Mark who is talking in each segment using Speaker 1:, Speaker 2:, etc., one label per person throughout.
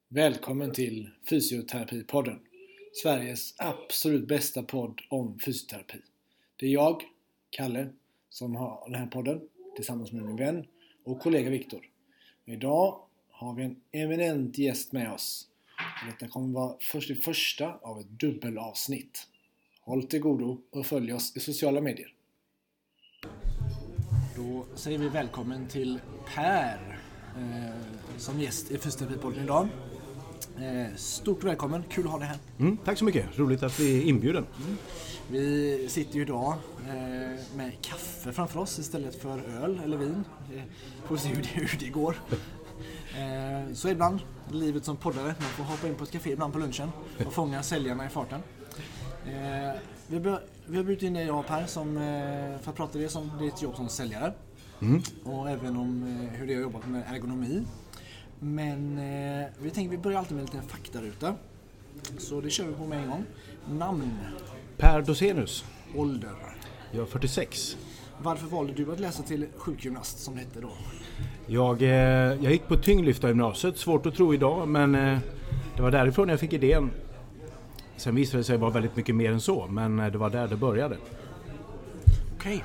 Speaker 1: Välkommen till Fysioterapipodden, Sveriges absolut bästa podd om fysioterapi. Det är jag, Kalle, som har den här podden tillsammans med min vän och kollega Viktor. Idag har vi en eminent gäst med oss. Detta kommer vara det första av ett dubbelavsnitt. Håll till godo och följ oss i sociala medier. Då säger vi välkommen till Per som gäst i Fysioterapipodden idag. Stort välkommen, kul att ha dig här.
Speaker 2: Tack så mycket, roligt att bli inbjuden.
Speaker 1: Vi sitter ju idag med kaffe framför oss istället för öl eller vin. Får se hur det går. Så ibland, livet som poddare, man får hoppa in på ett café ibland på lunchen och fånga säljarna i farten. Vi har bjudit in dig, jag och Per, för att prata det som ditt jobb som säljare. Och även om hur det har jobbat med ergonomi. Men vi tänkte vi börjar alltid med en liten faktaruta. Så det kör vi på med en gång. Namn?
Speaker 2: Per Dosenius.
Speaker 1: Ålder?
Speaker 2: Jag är 46.
Speaker 1: Varför valde du att läsa till sjukgymnast som det hette då?
Speaker 2: Jag gick på tyngdlyftargymnasiet, svårt att tro idag, men det var därifrån jag fick idén. Sen visade det sig vara väldigt mycket mer än så, men det var där det började.
Speaker 1: Okej.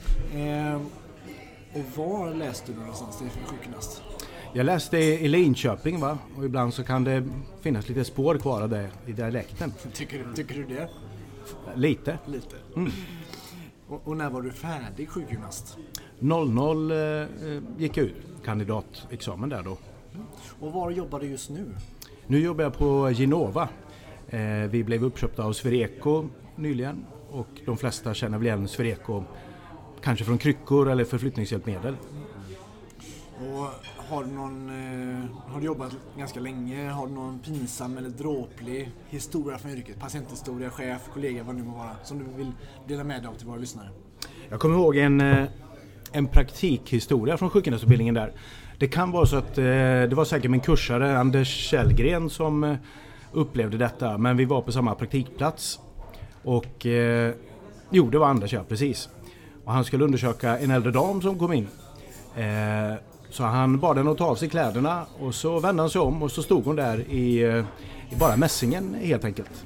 Speaker 1: Och var läste du någonstans till sjukgymnast?
Speaker 2: Jag läste i Linköping, va? Och ibland så kan det finnas lite spår kvar av det i dialekten.
Speaker 1: Tycker du det?
Speaker 2: Lite.
Speaker 1: Och när var du färdig sjukgymnast?
Speaker 2: 00 gick jag ut, kandidatexamen där då.
Speaker 1: Och var jobbar du just nu?
Speaker 2: Nu jobbar jag på Genova. Vi blev uppköpta av Swereco nyligen och de flesta känner väl igen Swereco kanske från kryckor eller förflyttningshjälpmedel.
Speaker 1: Och har du jobbat ganska länge? Har du någon pinsam eller dråplig historia från yrket? Patienthistoria, chef, kollega, vad det nu må vara, som du vill dela med dig av till våra lyssnare?
Speaker 2: Jag kommer ihåg en praktikhistoria från sjukgymnastutbildningen där. Det kan vara så att det var säkert min kursare Anders Källgren som upplevde detta, men vi var på samma praktikplats. Och det var Anders, ja, precis. Och han skulle undersöka en äldre dam som kom in. Så han bad henne att ta av sig kläderna och så vände han sig om och så stod hon där i bara mässingen helt enkelt.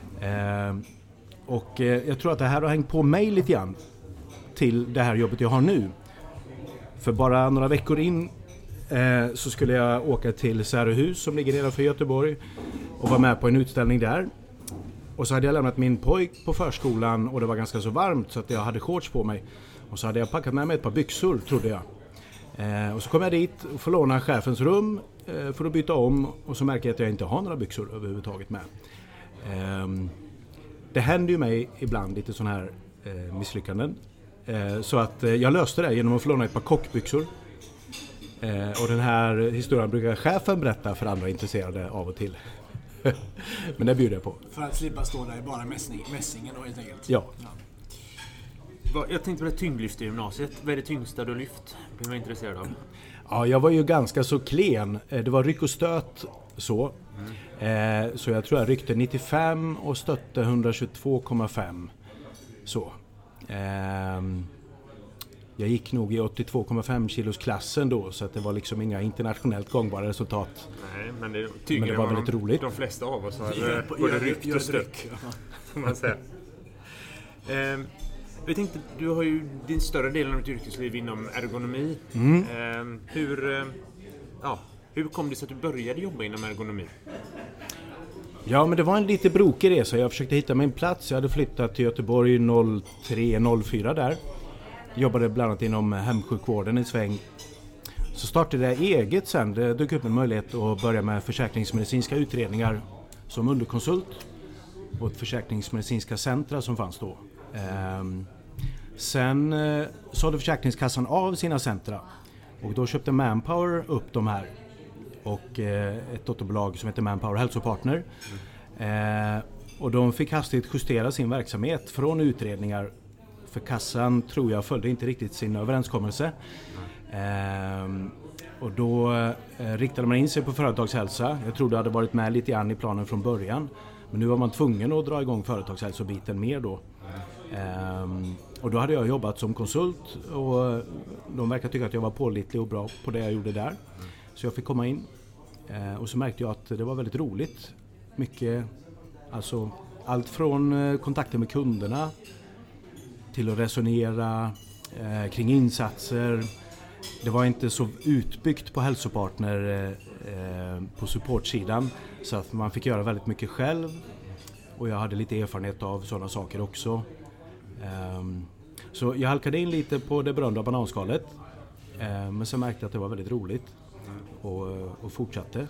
Speaker 2: Och jag tror att det här har hängt på mig lite grann till det här jobbet jag har nu. För bara några veckor in så skulle jag åka till Säröhus som ligger nedanför Göteborg och vara med på en utställning där. Och så hade jag lämnat min pojk på förskolan och det var ganska så varmt så att jag hade shorts på mig. Och så hade jag packat med mig ett par byxor, trodde jag. Och så kom jag dit och får låna chefens rum för att byta om och så märker jag att jag inte har några byxor överhuvudtaget med. Det händer ju mig ibland lite sån här misslyckanden. Så att jag löste det genom att få låna ett par kockbyxor. Och den här historien brukar chefen berätta för andra intresserade av och till. Men det bjuder jag på.
Speaker 1: För att slippa stå där i bara mässingen då helt enkelt.
Speaker 2: Ja.
Speaker 3: Jag tänkte på det tyngdlyft i gymnasiet. Vad är det tyngsta du lyft? Blir man intresserad av?
Speaker 2: Ja, jag var ju ganska så klen. Det var ryck och stöt så. Så jag tror jag ryckte 95 och stötte 122,5. Så. Jag gick nog i 82,5 kilos klassen då så att det var liksom inga internationellt gångbara resultat.
Speaker 3: Nej, men
Speaker 2: det var väldigt roligt.
Speaker 3: De flesta av oss har både ryckt och stött. Som man säger. Jag tänkte, du har ju din större delen av ditt yrkesliv inom ergonomi. Hur kom det sig att du började jobba inom ergonomi?
Speaker 2: Ja, men det var en lite brokig resa. Jag försökte hitta min plats. Jag hade flyttat till Göteborg 03-04 där. Jobbade bland annat inom hemsjukvården i sväng. Så startade jag eget sen. Det dök upp en möjlighet att börja med försäkringsmedicinska utredningar som underkonsult. Och ett försäkringsmedicinska centra som fanns då. Sen sålde Försäkringskassan av sina centra. Och då köpte Manpower upp de här. Och ett dotterbolag som heter Manpower Hälsopartner. Och de fick hastigt justera sin verksamhet från utredningar. För kassan tror jag följde inte riktigt sin överenskommelse. Och då riktade man in sig på företagshälsa. Jag tror det hade varit med lite grann i planen från början. Men nu var man tvungen att dra igång företagshälsobiten mer då. Och då hade jag jobbat som konsult och de verkar tycka att jag var pålitlig och bra på det jag gjorde där. Så jag fick komma in Och så märkte jag att det var väldigt roligt. Mycket, alltså allt från kontakter med kunderna till att resonera kring insatser. Det var inte så utbyggt på Hälsopartner på supportsidan, så att man fick göra väldigt mycket själv. Och jag hade lite erfarenhet av sådana saker också. Så jag halkade in lite på det berömda bananskalet. Men sen märkte jag att det var väldigt roligt. Och fortsatte.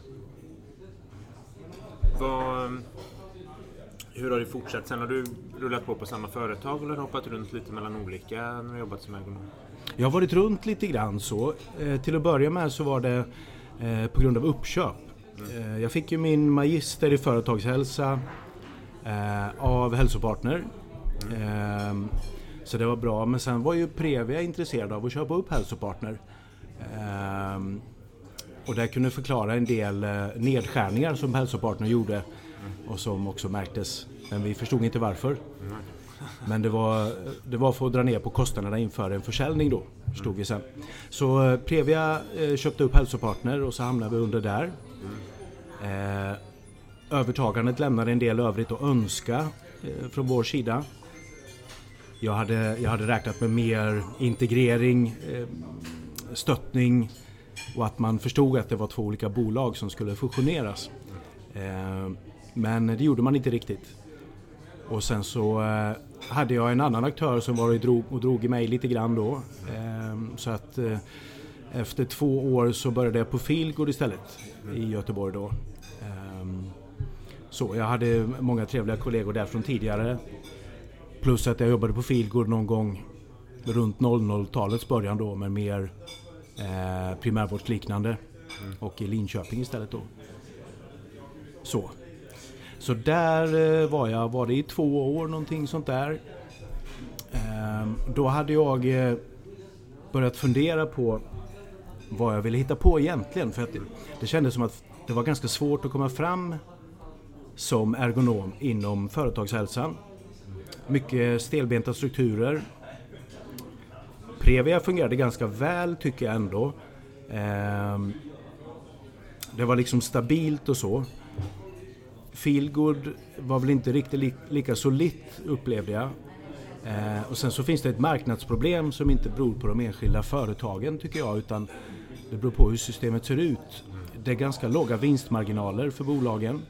Speaker 3: Hur har det fortsatt? Sen har du rullat på samma företag eller hoppat runt lite mellan olika när du jobbat som ergonom?
Speaker 2: Jag har varit runt lite grann så. Till att börja med så var det på grund av uppköp. Jag fick ju min magister i företagshälsa av Hälsopartner. Så det var bra. Men sen var ju Previa intresserad av att köpa upp Hälsopartner. Och det kunde förklara en del nedskärningar som Hälsopartner gjorde. Och som också märktes. Men vi förstod inte varför. Men det var för att dra ner på kostnaderna inför en försäljning då. Förstod vi sen. Så Previa köpte upp Hälsopartner och så hamnade vi under där. Övertagandet lämnade en del övrigt att önska från vår sida. Jag hade räknat med mer integrering, stöttning och att man förstod att det var 2 olika bolag som skulle fusioneras. Men det gjorde man inte riktigt. Och sen så hade jag en annan aktör som var och drog i mig lite grann då. Så att efter 2 år så började jag på Feelgood istället i Göteborg då. Så jag hade många trevliga kollegor där från tidigare. Plus att jag jobbade på Feelgood någon gång runt 00-talets början då med mer primärvårdsliknande och i Linköping istället då. Så där var det i 2 år någonting sånt där. Då hade jag börjat fundera på vad jag ville hitta på egentligen, för att det kändes som att det var ganska svårt att komma fram som ergonom inom företagshälsan. Mycket stelbenta strukturer. Previa fungerade ganska väl tycker jag ändå. Det var liksom stabilt och så. Feelgood var väl inte riktigt lika solitt upplevde jag. Och sen så finns det ett marknadsproblem som inte beror på de enskilda företagen tycker jag, utan det beror på hur systemet ser ut. Det är ganska låga vinstmarginaler för bolagen.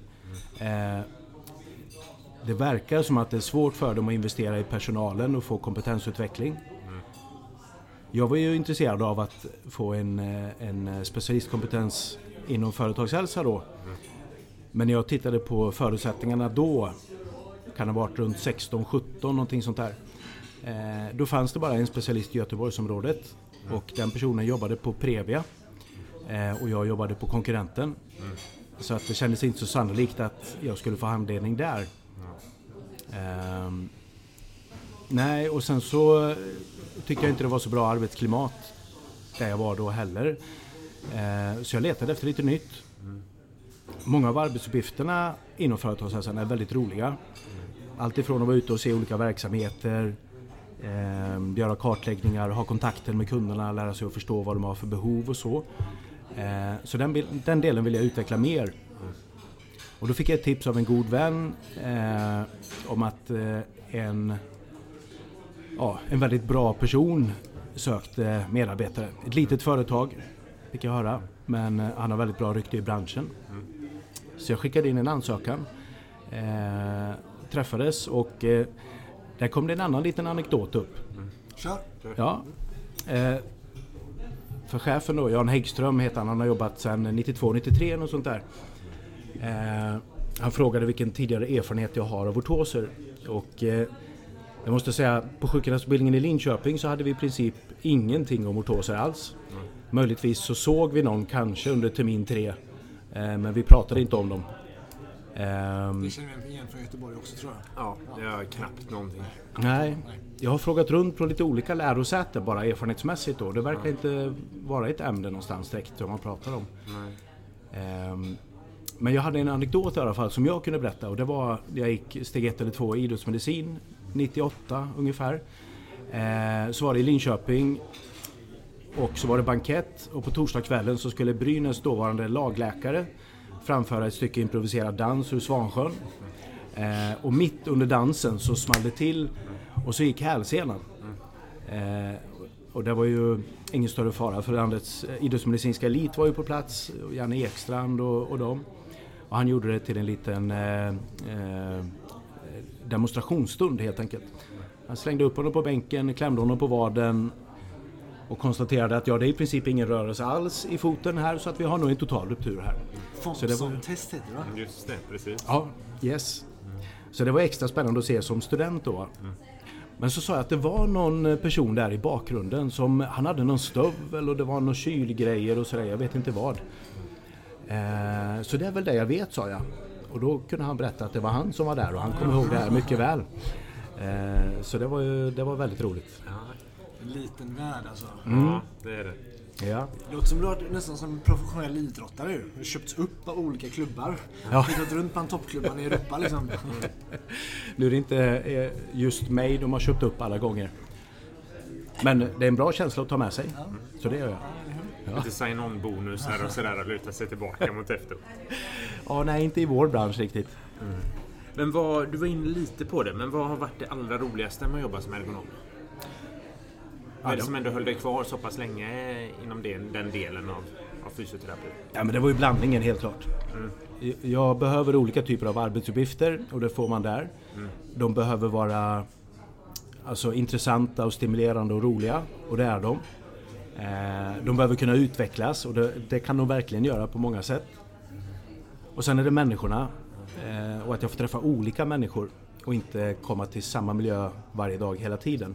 Speaker 2: Det verkar som att det är svårt för dem att investera i personalen och få kompetensutveckling. Jag var ju intresserad av att få en specialistkompetens inom företagshälsa då. Men när jag tittade på förutsättningarna då, kan det ha varit runt 16-17 någonting sånt där. Då fanns det bara en specialist i Göteborgsområdet och den personen jobbade på Previa och jag jobbade på konkurrenten. Så att det kändes inte så sannolikt att jag skulle få handledning där. Nej, och sen så tyckte jag inte det var så bra arbetsklimat där jag var då heller. Så jag letade efter lite nytt. Många av arbetsuppgifterna inom företagshälsan är väldigt roliga. Allt ifrån att vara ute och se olika verksamheter, göra kartläggningar, ha kontakter med kunderna, lära sig att förstå vad de har för behov och så. Så den delen vill jag utveckla mer. Och då fick jag ett tips av en god vän om att en väldigt bra person sökte medarbetare. Ett litet företag fick jag höra, men han har väldigt bra rykte i branschen. Så jag skickade in en ansökan, träffades och där kom det en annan liten anekdot upp.
Speaker 1: Kör.
Speaker 2: Ja. För chefen då, Jan Häggström heter han har jobbat sedan 92-93 och sånt där. Han frågade vilken tidigare erfarenhet jag har av ortoser och jag måste säga, på sjukgymnastutbildningen i Linköping så hade vi i princip ingenting om ortoser alls. Möjligtvis så såg vi någon kanske under termin 3, men vi pratade inte om dem.
Speaker 1: Det känner jag igen från Göteborg också tror jag.
Speaker 3: Ja, det är knappt någonting.
Speaker 2: Nej, jag har frågat runt på lite olika lärosäten bara erfarenhetsmässigt då. Det verkar inte vara ett ämne någonstans direkt som man pratar om. Men jag hade en anekdot i alla fall som jag kunde berätta och det var jag gick steg 1 eller 2 i idrottsmedicin 98 ungefär. Så var det i Linköping Och så var det bankett och på torsdagskvällen så skulle Brynäs dåvarande lagläkare framföra ett stycke improviserad dans ur Svansjön. Och mitt under dansen så small det till och så gick hälsenan. Och det var ju ingen större fara för landets idrottsmedicinska elit var ju på plats, Janne Ekstrand och dem. Och han gjorde det till en liten demonstrationsstund helt enkelt. Han slängde upp honom på bänken, klämde honom på vaden och konstaterade att det är i princip ingen rörelse alls i foten här så att vi har nog en total ruptur här.
Speaker 1: Fomson-test heter det, va?
Speaker 3: Just det, precis.
Speaker 2: Ja, yes. Så det var extra spännande att se som student då. Men så sa jag att det var någon person där i bakgrunden som han hade någon stövel och det var någon kylgrejer och sådär, jag vet inte vad. Så det är väl det jag vet, sa jag. Och då kunde han berätta att det var han som var där och han kom ihåg det här mycket väl. Så det var väldigt roligt.
Speaker 1: En liten värld alltså.
Speaker 3: Ja, det är det.
Speaker 2: Ja.
Speaker 1: Det låter som du har nästan som en professionell idrottare. Du har köpts upp av olika klubbar.
Speaker 2: Ja.
Speaker 1: Tittat runt på en toppklubban i Europa liksom.
Speaker 2: Nu är det inte just mig de har köpt upp alla gånger. Men det är en bra känsla att ta med sig. Så det gör jag.
Speaker 3: Lite sign-on-bonusar och sådär och luta sig tillbaka mot efter.
Speaker 2: Ja, nej, inte i vår bransch riktigt.
Speaker 3: Men du var inne lite på det, men vad har varit det allra roligaste med att jobba som ergonom? Vad är det som ändå höll dig kvar så pass länge inom den delen av fysioterapi?
Speaker 2: Ja, men det var ju blandningen helt klart. Jag behöver olika typer av arbetsuppgifter och det får man där. De behöver vara intressanta och stimulerande och roliga och det är de. De behöver kunna utvecklas och det kan de verkligen göra på många sätt. Och sen är det människorna och att jag får träffa olika människor och inte komma till samma miljö varje dag hela tiden.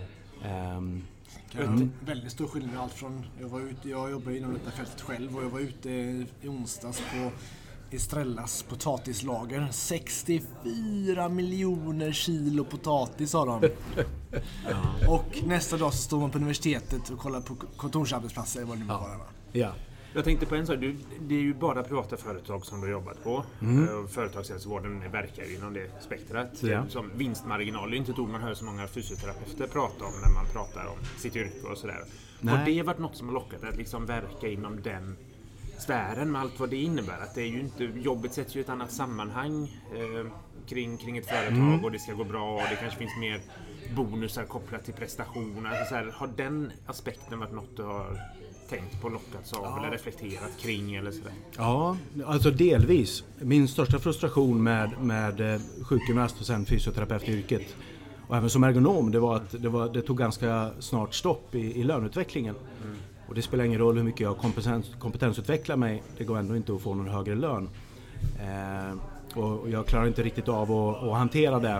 Speaker 1: Väldigt stor skillnad allt från jag jobbar inom detta fältet själv och jag var ute i onsdags på Estrellas potatislager. 64 miljoner kilo potatis har de. Och nästa dag så står man på universitetet och kollar på kontorsarbetsplatser vad det nu vara.
Speaker 2: Ja.
Speaker 3: Jag tänkte på en sak, det är ju bara privata företag som du har jobbat på. Företagshälsovården verkar ju inom det spektrat.
Speaker 2: Ja.
Speaker 3: Som vinstmarginal är inte ett ord man hör så många fysioterapeuter prata om när man pratar om sitt yrke och sådär. Har det varit något som har lockat att liksom verka inom den sfären med allt vad det innebär? Att det är ju inte, jobbet sätts ju i ett annat sammanhang kring ett företag och det ska gå bra och det kanske finns mer bonusar kopplat till prestationer. Alltså så här, har den aspekten varit något du har tänkt på, lockats av eller reflekterat kring eller sådär? Ja,
Speaker 2: alltså delvis. Min största frustration med sjukgymnast och sen fysioterapeutyrket och även som ergonom, det var att det tog ganska snart stopp i löneutvecklingen. Och det spelar ingen roll hur mycket jag kompetensutvecklar mig, det går ändå inte att få någon högre lön. Och jag klarar inte riktigt av att hantera det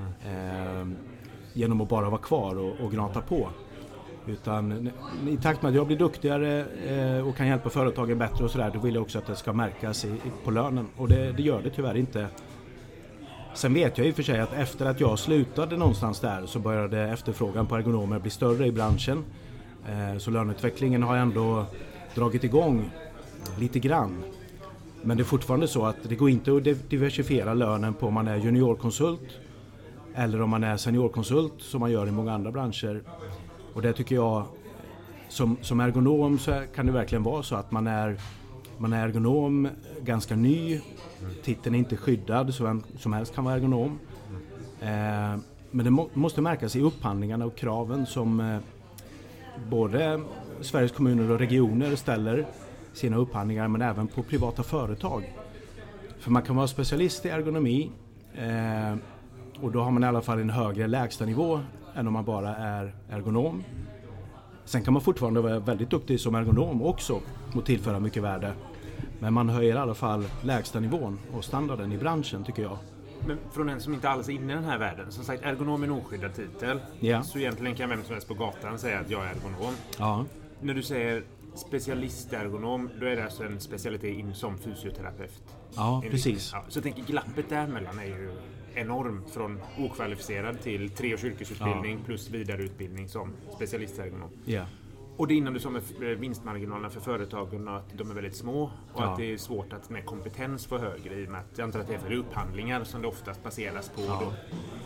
Speaker 2: genom att bara vara kvar och gnata på. Utan i takt med att jag blir duktigare och kan hjälpa företagen bättre och sådär, då vill jag också att det ska märkas på lönen. Och det gör det tyvärr inte. Sen vet jag i och för sig att efter att jag slutade någonstans där så började efterfrågan på ergonomer bli större i branschen. Så löneutvecklingen har ändå dragit igång lite grann. Men det är fortfarande så att det går inte att diversifiera lönen på om man är juniorkonsult eller om man är seniorkonsult som man gör i många andra branscher. Och det tycker jag, som ergonom så kan det verkligen vara så att man är ergonom ganska ny. Titeln är inte skyddad, så vem som helst kan vara ergonom. Men det måste märkas i upphandlingarna och kraven som både Sveriges kommuner och regioner ställer sina upphandlingar, men även på privata företag. För man kan vara specialist i ergonomi och då har man i alla fall en högre lägsta nivå än om man bara är ergonom. Sen kan man fortfarande vara väldigt duktig som ergonom också och tillföra mycket värde. Men man höjer i alla fall lägsta nivån och standarden i branschen, tycker jag.
Speaker 3: Men från en som inte alls är inne i den här världen, som sagt, ergonom är en oskyddad titel.
Speaker 2: Ja.
Speaker 3: Så egentligen kan vem som helst på gatan säga att jag är ergonom.
Speaker 2: Ja.
Speaker 3: När du säger specialistergonom, då är det alltså en specialitet in som fysioterapeut.
Speaker 2: Ja, precis.
Speaker 3: Ja, så jag tänker, glappet däremellan är ju enorm, från okvalificerad till 3 års yrkesutbildning plus vidareutbildning som specialistergonom.
Speaker 2: Ja.
Speaker 3: Och det innan du som är vinstmarginalerna för företagen och att de är väldigt små och att det är svårt att med kompetens få högre, i och med att jag antar att det är för upphandlingar som det oftast baseras på. Då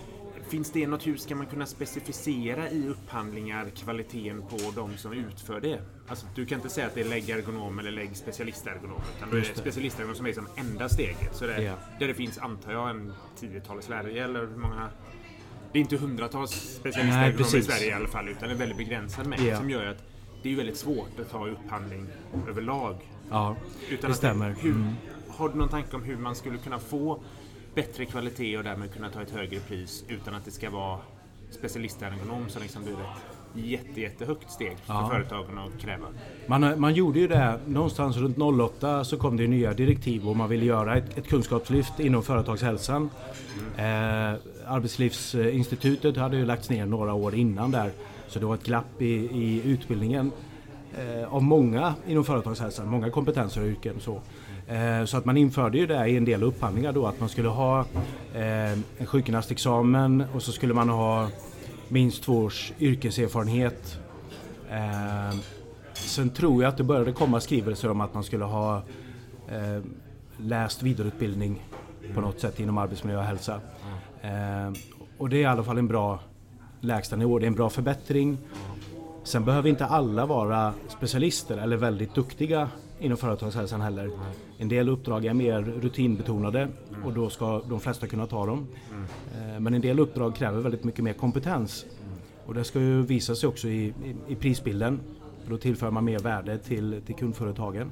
Speaker 3: finns det något, hur ska man kunna specificera i upphandlingar kvaliteten på de som utför det? Alltså, du kan inte säga att det är läggergonom eller läggspecialistergonom, utan det är specialistergonom som är som enda steget. Så där det finns, antar jag, en 10-tal i Sverige, eller hur många? Det är inte hundratals specialistergonom i Sverige i alla fall, utan det är väldigt begränsad mängd som gör att det är väldigt svårt att ta upphandling överlag.
Speaker 2: Ja,
Speaker 3: utan
Speaker 2: det stämmer.
Speaker 3: Har du någon tanke om hur man skulle kunna få bättre kvalitet och därmed kunna ta ett högre pris utan att det ska vara specialistergonom som liksom blir ett jättehögt steg för företagen att kräva?
Speaker 2: Man gjorde ju det någonstans runt 08, så kom det nya direktiv och man ville göra ett kunskapslyft inom företagshälsan. Arbetslivsinstitutet hade ju lagts ner några år innan där, så det var ett glapp i utbildningen av många inom företagshälsan, många kompetenser och yrken så att man införde ju det i en del upphandlingar då, att man skulle ha en sjukgymnastexamen och så skulle man ha minst 2 års yrkeserfarenhet. Sen tror jag att det började komma skrivelser om att man skulle ha läst vidareutbildning på något sätt inom arbetsmiljö och hälsa. Och det är i alla fall en bra lägsta nivå, det är en bra förbättring. Sen behöver inte alla vara specialister eller väldigt duktiga inom företagshälsan heller. En del uppdrag är mer rutinbetonade och då ska de flesta kunna ta dem. Men en del uppdrag kräver väldigt mycket mer kompetens. Och det ska ju visa sig också i prisbilden. Då tillför man mer värde till kundföretagen.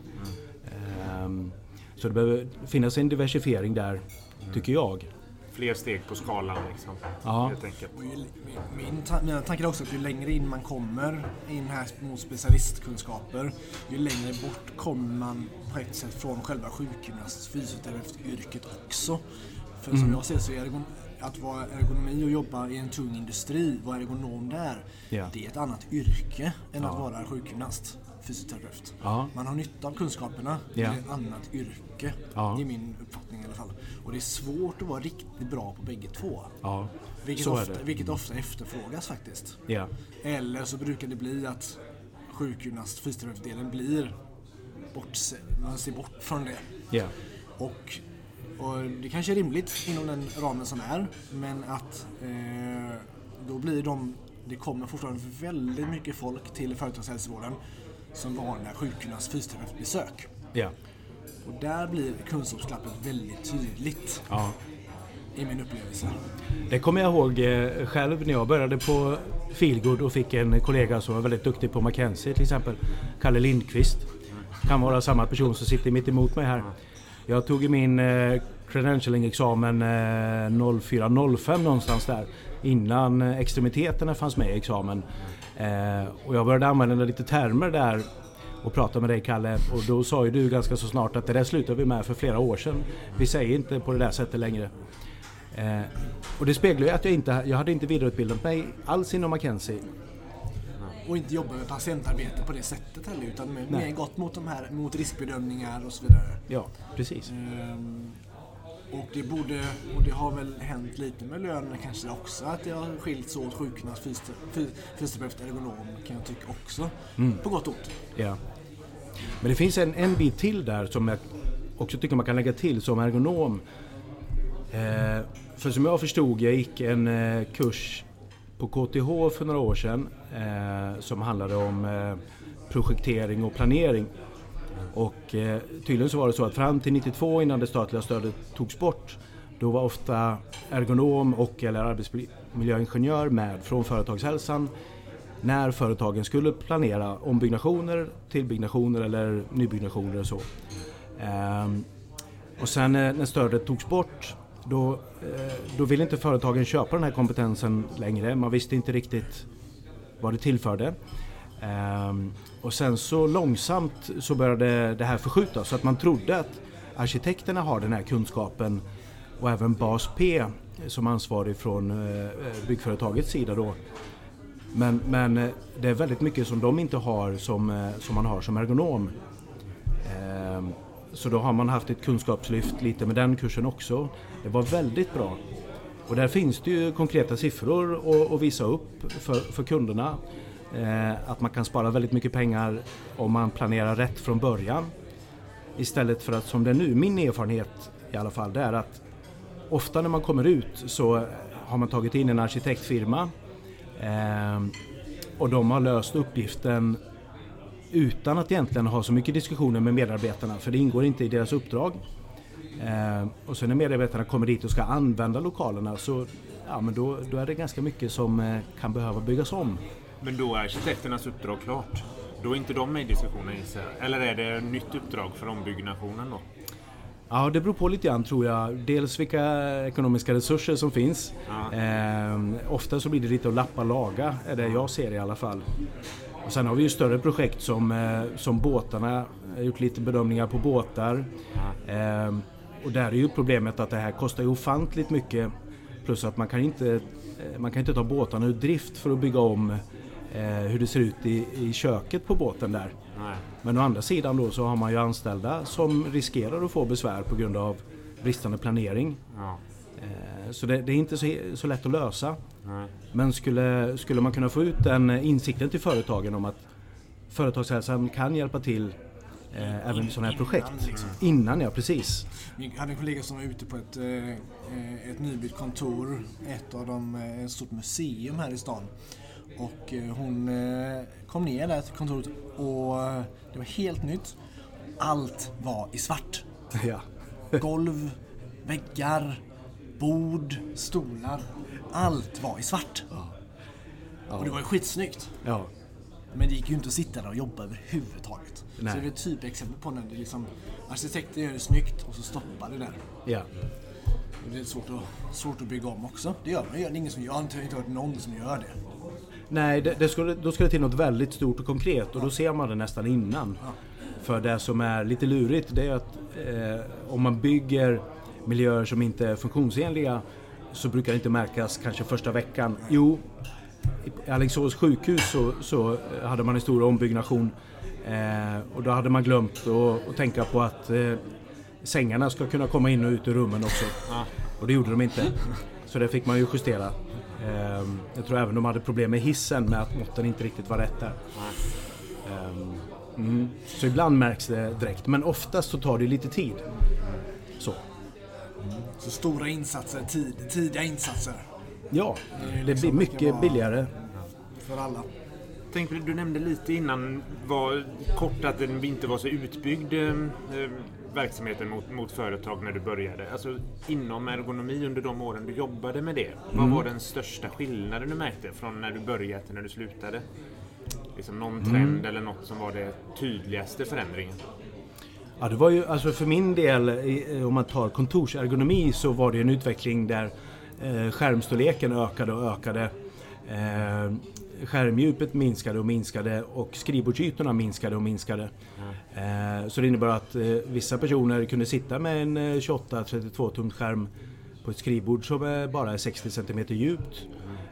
Speaker 2: Så det behöver finnas en diversifiering där, tycker jag.
Speaker 3: Fler steg på skalan liksom.
Speaker 2: Ja.
Speaker 3: Helt enkelt.
Speaker 1: Mina tankar är också att ju längre in man kommer in här mot specialistkunskaper, ju längre bort kommer man på ett sätt från själva sjukgymnast, fysioterapeutyrket också. För som jag ser så är att vara ergonomi och jobba i en tung industri, vara ergonom där, det är ett annat yrke än att vara sjukgymnast, fysioterapeut. Man har nytta av kunskaperna, det är ett annat yrke i min uppfattning i alla fall. Och det är svårt att vara riktigt bra på bägge två. Vilket ofta efterfrågas faktiskt. Eller så brukar det bli att sjukgymnast, fysioterapeutdelen blir man ser bort från det. Och det kanske är rimligt inom den ramen som är, men att då blir det kommer fortfarande väldigt mycket folk till företagshälsovården som vanliga sjukgymnast, fysioterapeutbesök. Och där blir kunskapsglappet väldigt tydligt i min upplevelse.
Speaker 2: Det kommer jag ihåg själv när jag började på Feelgood och fick en kollega som var väldigt duktig på McKinsey, till exempel Kalle Lindqvist. Kan vara samma person som sitter mitt emot mig här. Jag tog min credentialing-examen 04-05 någonstans där, innan extremiteterna fanns med i examen. Och jag började använda lite termer där och prata med dig, Kalle, och då sa ju du ganska så snart att det där slutade vi med för flera år sedan. Vi säger inte på det där sättet längre. Och det speglar ju att jag hade inte vidareutbildat mig alls inom McKinsey.
Speaker 1: Och inte jobba med patientarbete på det sättet heller, utan mer gått mot riskbedömningar och så vidare. Ja,
Speaker 2: precis.
Speaker 1: Och det har väl hänt lite med lönen kanske också, att det har skilts åt sjukgymnast, fysioterapeut, ergonom, kan jag tycka också. På gott och ont.
Speaker 2: Ja. Men det finns en bit till där som jag också tycker man kan lägga till som ergonom. För som jag förstod, jag gick en kurs på KTH för några år sedan som handlade om projektering och planering. Och tydligen så var det så att fram till 92, innan det statliga stödet togs bort, då var ofta ergonom eller arbetsmiljöingenjör med från företagshälsan när företagen skulle planera ombyggnationer, tillbyggnationer eller nybyggnationer och så. Och sen när stödet togs bort, då ville inte företagen köpa den här kompetensen längre. Man visste inte riktigt vad det tillförde. Och sen så långsamt så började det här förskjuta, så att man trodde att arkitekterna har den här kunskapen och även BAS P som ansvarig från byggföretagets sida då. Men det är väldigt mycket som de inte har som man har som ergonom. Så då har man haft ett kunskapslyft lite med den kursen också. Det var väldigt bra. Och där finns det ju konkreta siffror att visa upp för kunderna. Att man kan spara väldigt mycket pengar om man planerar rätt från början. Istället för att, som det är nu, min erfarenhet i alla fall, det är att ofta när man kommer ut så har man tagit in en arkitektfirma och de har löst uppgiften utan att egentligen ha så mycket diskussioner med medarbetarna, för det ingår inte i deras uppdrag. Och sen när medarbetarna kommer dit och ska använda lokalerna så men då är det ganska mycket som kan behöva byggas om.
Speaker 3: Men då är arkitekternas uppdrag klart? Då är inte de med i diskussionen? Eller är det ett nytt uppdrag för ombyggnationen då?
Speaker 2: Ja, det beror på lite grann tror jag. Dels vilka ekonomiska resurser som finns. Ofta så blir det lite att lappa laga, är det jag ser i alla fall. Och sen har vi ju större projekt som båtarna. Jag har gjort lite bedömningar på båtar. Och där är ju problemet att det här kostar ju ofantligt mycket. Plus att man kan inte ta båtarna ur drift för att bygga om hur det ser ut i köket på båten där. Nej. Men å andra sidan då så har man ju anställda som riskerar att få besvär på grund av bristande planering. Ja. Så det är inte så lätt att lösa. Nej. Men skulle man kunna få ut den insikten till företagen om att företagshälsan kan hjälpa till även sådana här projekt. Innan, ja precis.
Speaker 1: Jag hade en kollega som var ute på ett nybyggt kontor, ett stort museum här i stan. Och hon kom ner där till kontoret och det var helt nytt. Allt var i svart.
Speaker 2: Ja.
Speaker 1: Golv, väggar, bord, stolar. Allt var i svart. Ja. Och det var ju skitsnyggt.
Speaker 2: Ja.
Speaker 1: Men det gick ju inte att sitta där och jobba överhuvudtaget.
Speaker 2: Nej.
Speaker 1: Så det är ett typexempel på när det liksom, arkitekter gör det snyggt och så stoppar det där.
Speaker 2: Ja.
Speaker 1: Och det är svårt att bygga om också. Det gör man. Det är ingen som gör. Jag har inte hört någon som gör det.
Speaker 2: Nej, då ska det till något väldigt stort och konkret och då ser man det nästan innan. Ja. För det som är lite lurigt det är att om man bygger miljöer som inte är funktionsenliga så brukar det inte märkas kanske första veckan. Jo, i Alingsås sjukhus så hade man en stor ombyggnation och då hade man glömt att tänka på att sängarna ska kunna komma in och ut ur rummen också. Ja. Och det gjorde de inte. Så det fick man ju justera. Jag tror även de hade problem med hissen med att måtten inte riktigt var rätt där. Så ibland märks det direkt, men oftast så tar det lite tid.
Speaker 1: Så stora insatser, tidiga insatser.
Speaker 2: Ja, det blir mycket billigare.
Speaker 1: För alla.
Speaker 3: Du nämnde lite innan kort att den inte var så utbyggd verksamheten mot företag när du började. Alltså inom ergonomi under de åren du jobbade med det. Vad var den största skillnaden du märkte från när du började till när du slutade? Liksom någon trend eller något som var det tydligaste förändringen?
Speaker 2: Ja, det var ju alltså för min del, om man tar kontorsergonomi så var det en utveckling där skärmstorleken ökade. Skärmdjupet minskade och skrivbordsytorna minskade. Så det innebär att vissa personer kunde sitta med en 28-32 tums skärm på ett skrivbord som bara är 60 cm djupt.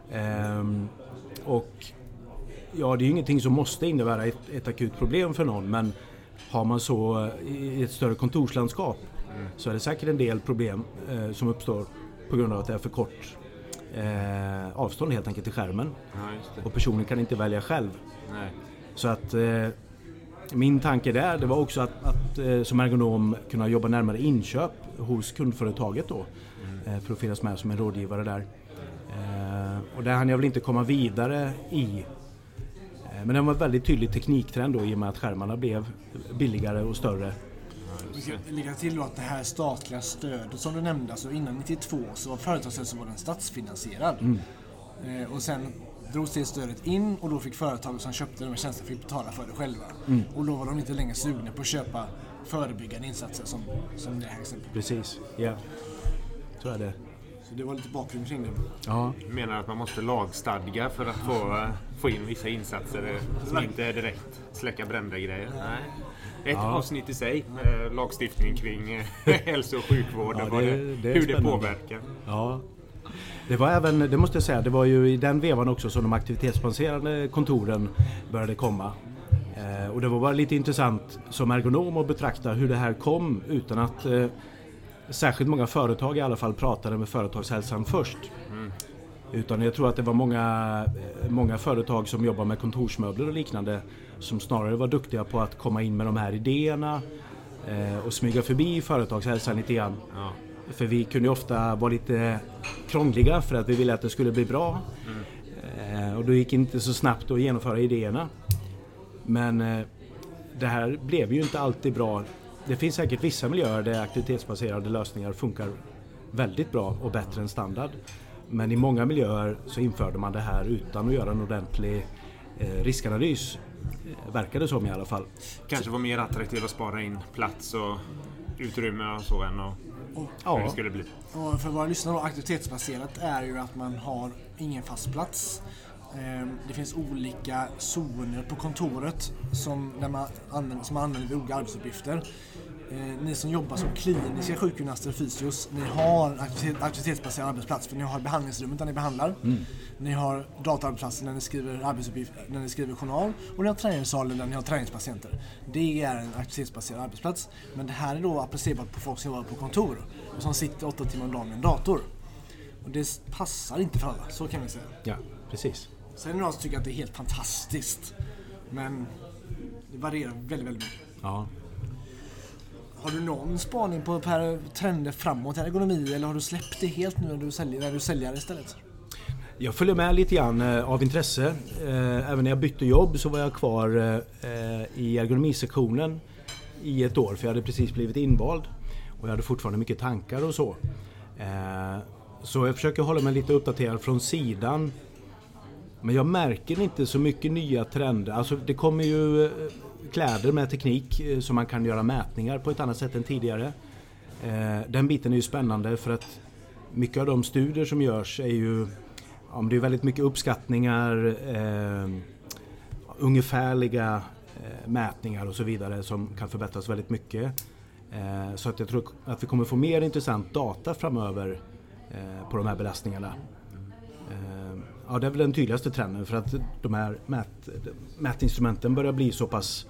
Speaker 2: Och ja, det är ju ingenting som måste innebära ett akut problem för någon, men har man så i ett större kontorslandskap så är det säkert en del problem som uppstår på grund av att det är för kort avstånd helt enkelt till skärmen. Ja, just det. Och personen kan inte välja själv. Nej. Så att min tanke där, det var också att som ergonom kunna jobba närmare inköp hos kundföretaget då. För att finnas med som en rådgivare där. Och där hann jag väl inte komma vidare i. Men det var en väldigt tydlig tekniktrend då, i och med att skärmarna blev billigare och större.
Speaker 1: Vi kan lägga till då att det här statliga stödet som du nämnde, alltså innan 92 så var företagshälsovården statsfinansierad. Och sen drogs det stödet in och då fick företag som köpte de här tjänsterna fick betala för det själva. Och då var de inte längre sugna på att köpa förebyggande insatser som det här exemplet.
Speaker 2: Precis, ja. Så är det.
Speaker 1: Så det var lite bakgrund kring det.
Speaker 2: Ja.
Speaker 3: Du menar att man måste lagstadga för att få in vissa insatser som inte är direkt släcka brända grejer? Nej. Ett avsnitt i sig, lagstiftning kring hälso- och sjukvård och hur det påverkar.
Speaker 2: Ja. Det var även, det måste jag säga, det var ju i den vevan också som de aktivitetsbaserade kontoren började komma. Och det var bara lite intressant som ergonom att betrakta hur det här kom utan att särskilt många företag i alla fall pratade med företagshälsan först. Utan jag tror att det var många företag som jobbar med kontorsmöbler och liknande som snarare var duktiga på att komma in med de här idéerna och smyga förbi företagshälsan lite grann. Ja. För vi kunde ofta vara lite krångliga för att vi ville att det skulle bli bra. Och då gick det inte så snabbt att genomföra idéerna. Men det här blev ju inte alltid bra. Det finns säkert vissa miljöer där aktivitetsbaserade lösningar funkar väldigt bra och bättre än standard. Men i många miljöer så införde man det här utan att göra en ordentlig riskanalys. Verkar det som i alla fall.
Speaker 3: Kanske var mer attraktivt att spara in plats och utrymme och så än hur det skulle bli.
Speaker 1: Och för våra lyssnare, aktivitetsbaserat är ju att man har ingen fast plats. Det finns olika zoner på kontoret som man använder vid olika arbetsuppgifter. Ni som jobbar som kliniska sjukgymnaster och fysios, ni har en aktivitetsbaserad arbetsplats för ni har behandlingsrummet där ni behandlar. Ni har dataarbetsplatsen där ni skriver när ni skriver journal och ni har träningssalen där ni har träningspatienter. Det är en aktivitetsbaserad arbetsplats, men det här är då applicerbart på folk som jobbar på kontor och som sitter 8 timmar om dagen med en dator. Och det passar inte för alla, så kan vi säga.
Speaker 2: Ja, precis.
Speaker 1: Sen är det några som tycker att det är helt fantastiskt, men det varierar väldigt, väldigt mycket.
Speaker 2: Ja.
Speaker 1: Har du någon spaning på trender framåt i ergonomi eller har du släppt det helt nu när du säljer istället?
Speaker 2: Jag följer med lite grann av intresse. Även när jag bytte jobb så var jag kvar i ergonomisektionen i ett år för jag hade precis blivit invald och jag hade fortfarande mycket tankar och så. Så jag försöker hålla mig lite uppdaterad från sidan. Men jag märker inte så mycket nya trender. Alltså det kommer ju kläder med teknik som man kan göra mätningar på ett annat sätt än tidigare. Den biten är ju spännande för att mycket av de studier som görs är ju det är väldigt mycket uppskattningar, ungefärliga mätningar och så vidare som kan förbättras väldigt mycket. Så att jag tror att vi kommer få mer intressant data framöver på de här belastningarna. Ja, det är väl den tydligaste trenden för att de här mätinstrumenten börjar bli så pass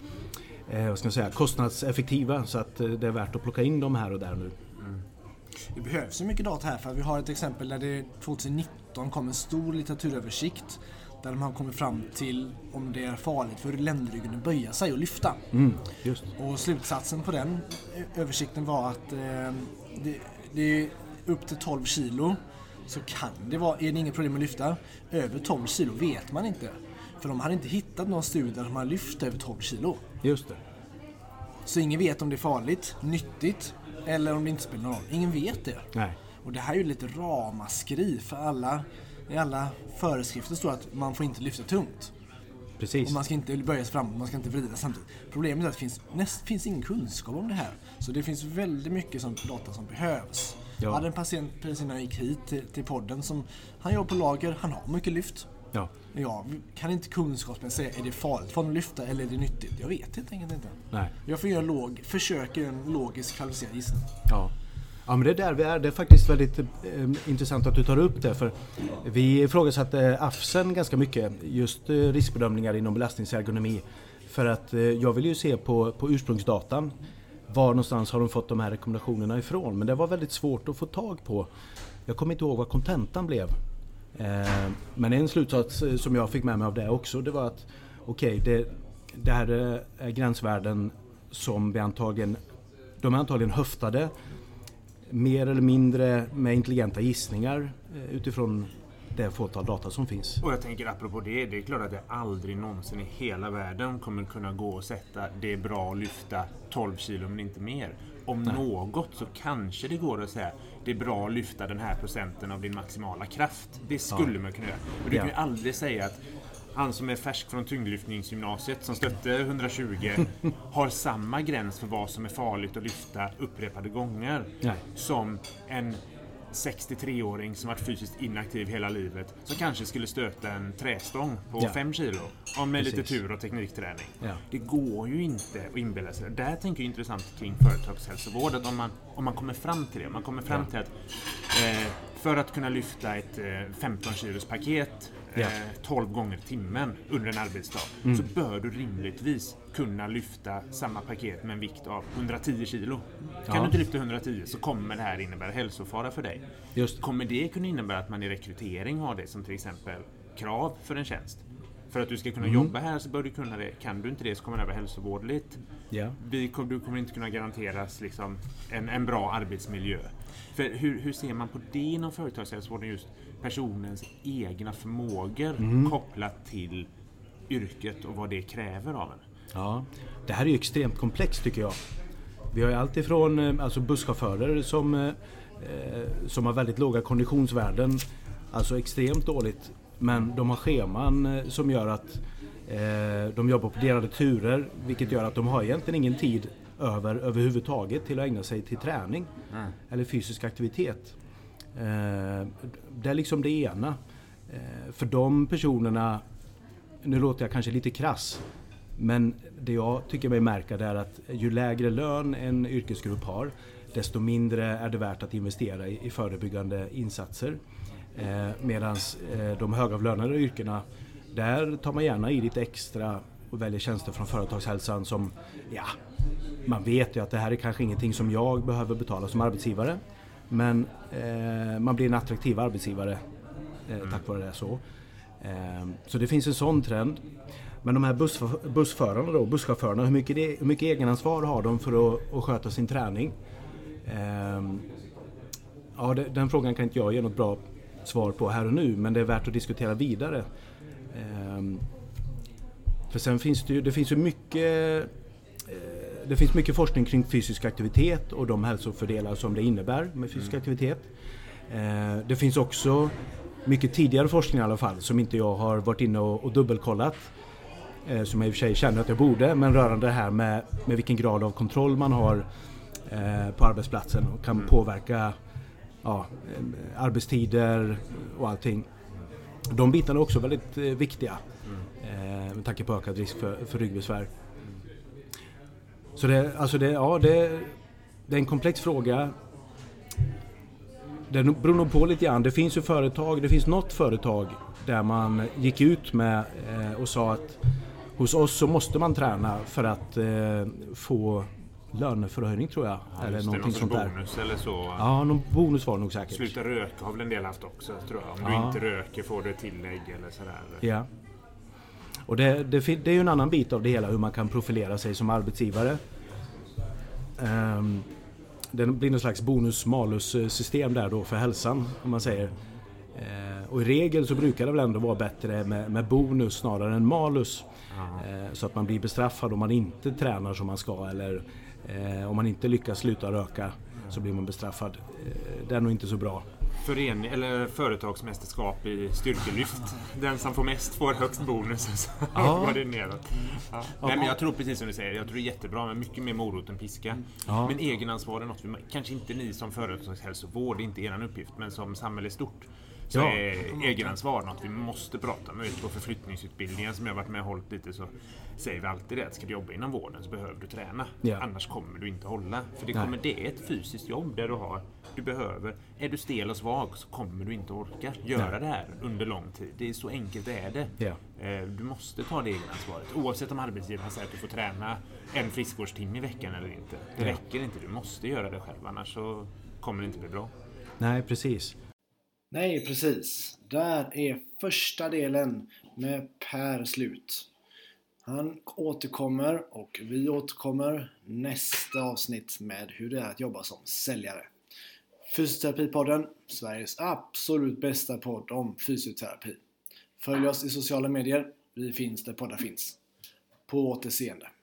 Speaker 2: kostnadseffektiva så att det är värt att plocka in dem här och där nu.
Speaker 1: Det behövs ju mycket data här för att vi har ett exempel där det 2019 kom en stor litteraturöversikt där de har kommit fram till om det är farligt för ländryggen att böja sig och lyfta.
Speaker 2: Just.
Speaker 1: Och slutsatsen på den översikten var att det är upp till 12 kilo så är det inget problem att lyfta. Över 12 kilo vet man inte. För de hade inte hittat någon studie där de har lyft över 12 kilo.
Speaker 2: Just det.
Speaker 1: Så ingen vet om det är farligt, nyttigt eller om det inte spelar någon roll. Ingen vet det.
Speaker 2: Nej.
Speaker 1: Och det här är ju lite ramaskri för i alla föreskrifter står att man får inte lyfta tungt.
Speaker 2: Precis.
Speaker 1: Och man ska inte böja sig framåt, man ska inte vrida samtidigt. Problemet är att det finns ingen kunskap om det här. Så det finns väldigt mycket data som behövs. Ja. Jag hade en patient precis innan jag gick hit till podden som han jobbar på lager, han har mycket lyft.
Speaker 2: Ja.
Speaker 1: Jag kan inte kunskapsmässigt säga är det farligt för att lyfta eller är det nyttigt. Jag vet helt enkelt inte.
Speaker 2: Nej.
Speaker 1: Jag får försöka göra en logisk kvalificerad gissning.
Speaker 2: Ja. Ja, men det är där vi är. Det är faktiskt väldigt intressant att du tar upp det för vi ifrågasatte AFSEN ganska mycket just riskbedömningar inom belastningsergonomi för att jag vill ju se på ursprungsdatan var någonstans har de fått de här rekommendationerna ifrån, men det var väldigt svårt att få tag på. Jag kommer inte ihåg vad kontentan blev. Men en slutsats som jag fick med mig av det också, det var att det här är gränsvärden som de är antagligen höftade mer eller mindre med intelligenta gissningar utifrån det fåtal data som finns.
Speaker 3: Och jag tänker apropå det är klart att det aldrig någonsin i hela världen kommer kunna gå och sätta det är bra att lyfta 12 kilo men inte mer. Om något så kanske det går att säga det är bra att lyfta den här procenten av din maximala kraft. Det skulle man kunna göra. Och du kan ju aldrig säga att han som är färsk från tyngdlyftningsgymnasiet som stötte 120 har samma gräns för vad som är farligt att lyfta upprepade gånger som en 63-åring som varit fysiskt inaktiv hela livet som kanske skulle stöta en trästång på 5 kilo om med lite tur och teknikträning. Ja. Det går ju inte att inbilla sig. Där tänker jag intressant kring företagshälsovård att om man kommer fram till det, man kommer fram till att för att kunna lyfta ett 15 kilos paket 12 gånger timmen under en arbetsdag så bör du rimligtvis kunna lyfta samma paket med en vikt av 110 kilo. Kan du inte lyfta 110 så kommer det här innebära hälsofara för dig. Just. Kommer det kunna innebära att man i rekrytering har det som till exempel krav för en tjänst? För att du ska kunna jobba här så bör du kunna det. Kan du inte det så kommer det vara hälsovårdligt.
Speaker 2: Ja.
Speaker 3: Du kommer inte kunna garanteras liksom en bra arbetsmiljö. För hur ser man på det inom företagshälsovården, just personens egna förmågor kopplat till yrket och vad det kräver av en?
Speaker 2: Ja, det här är ju extremt komplext tycker jag. Vi har ju allt ifrån alltså busschaufförer som har väldigt låga konditionsvärden, alltså extremt dåligt, men de har scheman som gör att de jobbar på delade turer, vilket gör att de har egentligen ingen tid överhuvudtaget till att ägna sig till träning eller fysisk aktivitet. Det är liksom det ena. För de personerna, nu låter jag kanske lite krass, men det jag tycker mig märka är att ju lägre lön en yrkesgrupp har, desto mindre är det värt att investera i förebyggande insatser. Medan de högavlönade yrkena, där tar man gärna i lite extra och väljer tjänster från företagshälsan som, ja, man vet ju att det här är kanske ingenting som jag behöver betala som arbetsgivare, men man blir en attraktiv arbetsgivare tack vare det så. Så det finns en sån trend. Men de här busschaufförerna hur mycket egenansvar har de för att sköta sin träning? Ja, den frågan kan inte jag ge något bra svar på här och nu, men det är värt att diskutera vidare. För sen finns det finns ju mycket forskning kring fysisk aktivitet och de hälsofördelar som det innebär med fysisk aktivitet. Det finns också mycket tidigare forskning i alla fall som inte jag har varit inne och dubbelkollat, som jag i och för sig känner att jag borde, men rörande det här med vilken grad av kontroll man har på arbetsplatsen och kan påverka arbetstider och allting. De bitarna är också väldigt viktiga med tanke på ökad risk för ryggbesvär. Så det är en komplex fråga. Det beror nog på lite grann. Det finns något företag där man gick ut med och sa att hos oss så måste man träna för att få löneförhöjning, tror jag.
Speaker 3: Ja,
Speaker 2: eller någonting sånt där.
Speaker 3: Bonus eller så.
Speaker 2: Ja, någon bonus var det nog säkert.
Speaker 3: Sluta röka har väl en del haft också, tror jag. Om du inte röker får du ett tillägg eller sådär.
Speaker 2: Ja. Och det är ju en annan bit av det hela, hur man kan profilera sig som arbetsgivare. Det blir någon slags bonus-malus-system där då för hälsan, om man säger. Och i regel så brukar det väl ändå vara bättre med bonus snarare än malus. Så att man blir bestraffad om man inte tränar som man ska, eller om man inte lyckas sluta röka så blir man bestraffad. Det är nog inte så bra.
Speaker 3: Eller företagsmästerskap i styrkelyft. Den som får mest får högst bonus. Var det neråt. Ja. Nej, men jag tror precis som du säger, jag tror det är jättebra med mycket mer morot än piska. Ja. Men egenansvar är något, kanske inte ni som företagshälsovård, inte er uppgift, men som samhälle stort. Så är egenansvar något vi måste prata med. På förflyttningsutbildningen som jag har varit med och hållit lite, så säger vi alltid det att ska du jobba inom vården så behöver du träna. Annars kommer du inte hålla. För det är ett fysiskt jobb där du behöver. Är du stel och svag så kommer du inte orka göra det här under lång tid. Det är så enkelt är det. Du måste ta det egenansvaret. Oavsett om arbetsgivaren säger att du får träna en friskvårdstimme i veckan eller inte. Det räcker inte. Du måste göra det själv, annars så kommer det inte bli bra.
Speaker 2: Nej, precis.
Speaker 1: Nej, precis. Där är första delen med Per slut. Han återkommer och vi återkommer nästa avsnitt med hur det är att jobba som säljare. Fysioterapipodden, Sveriges absolut bästa podd om fysioterapi. Följ oss i sociala medier. Vi finns där poddar finns. På återseende.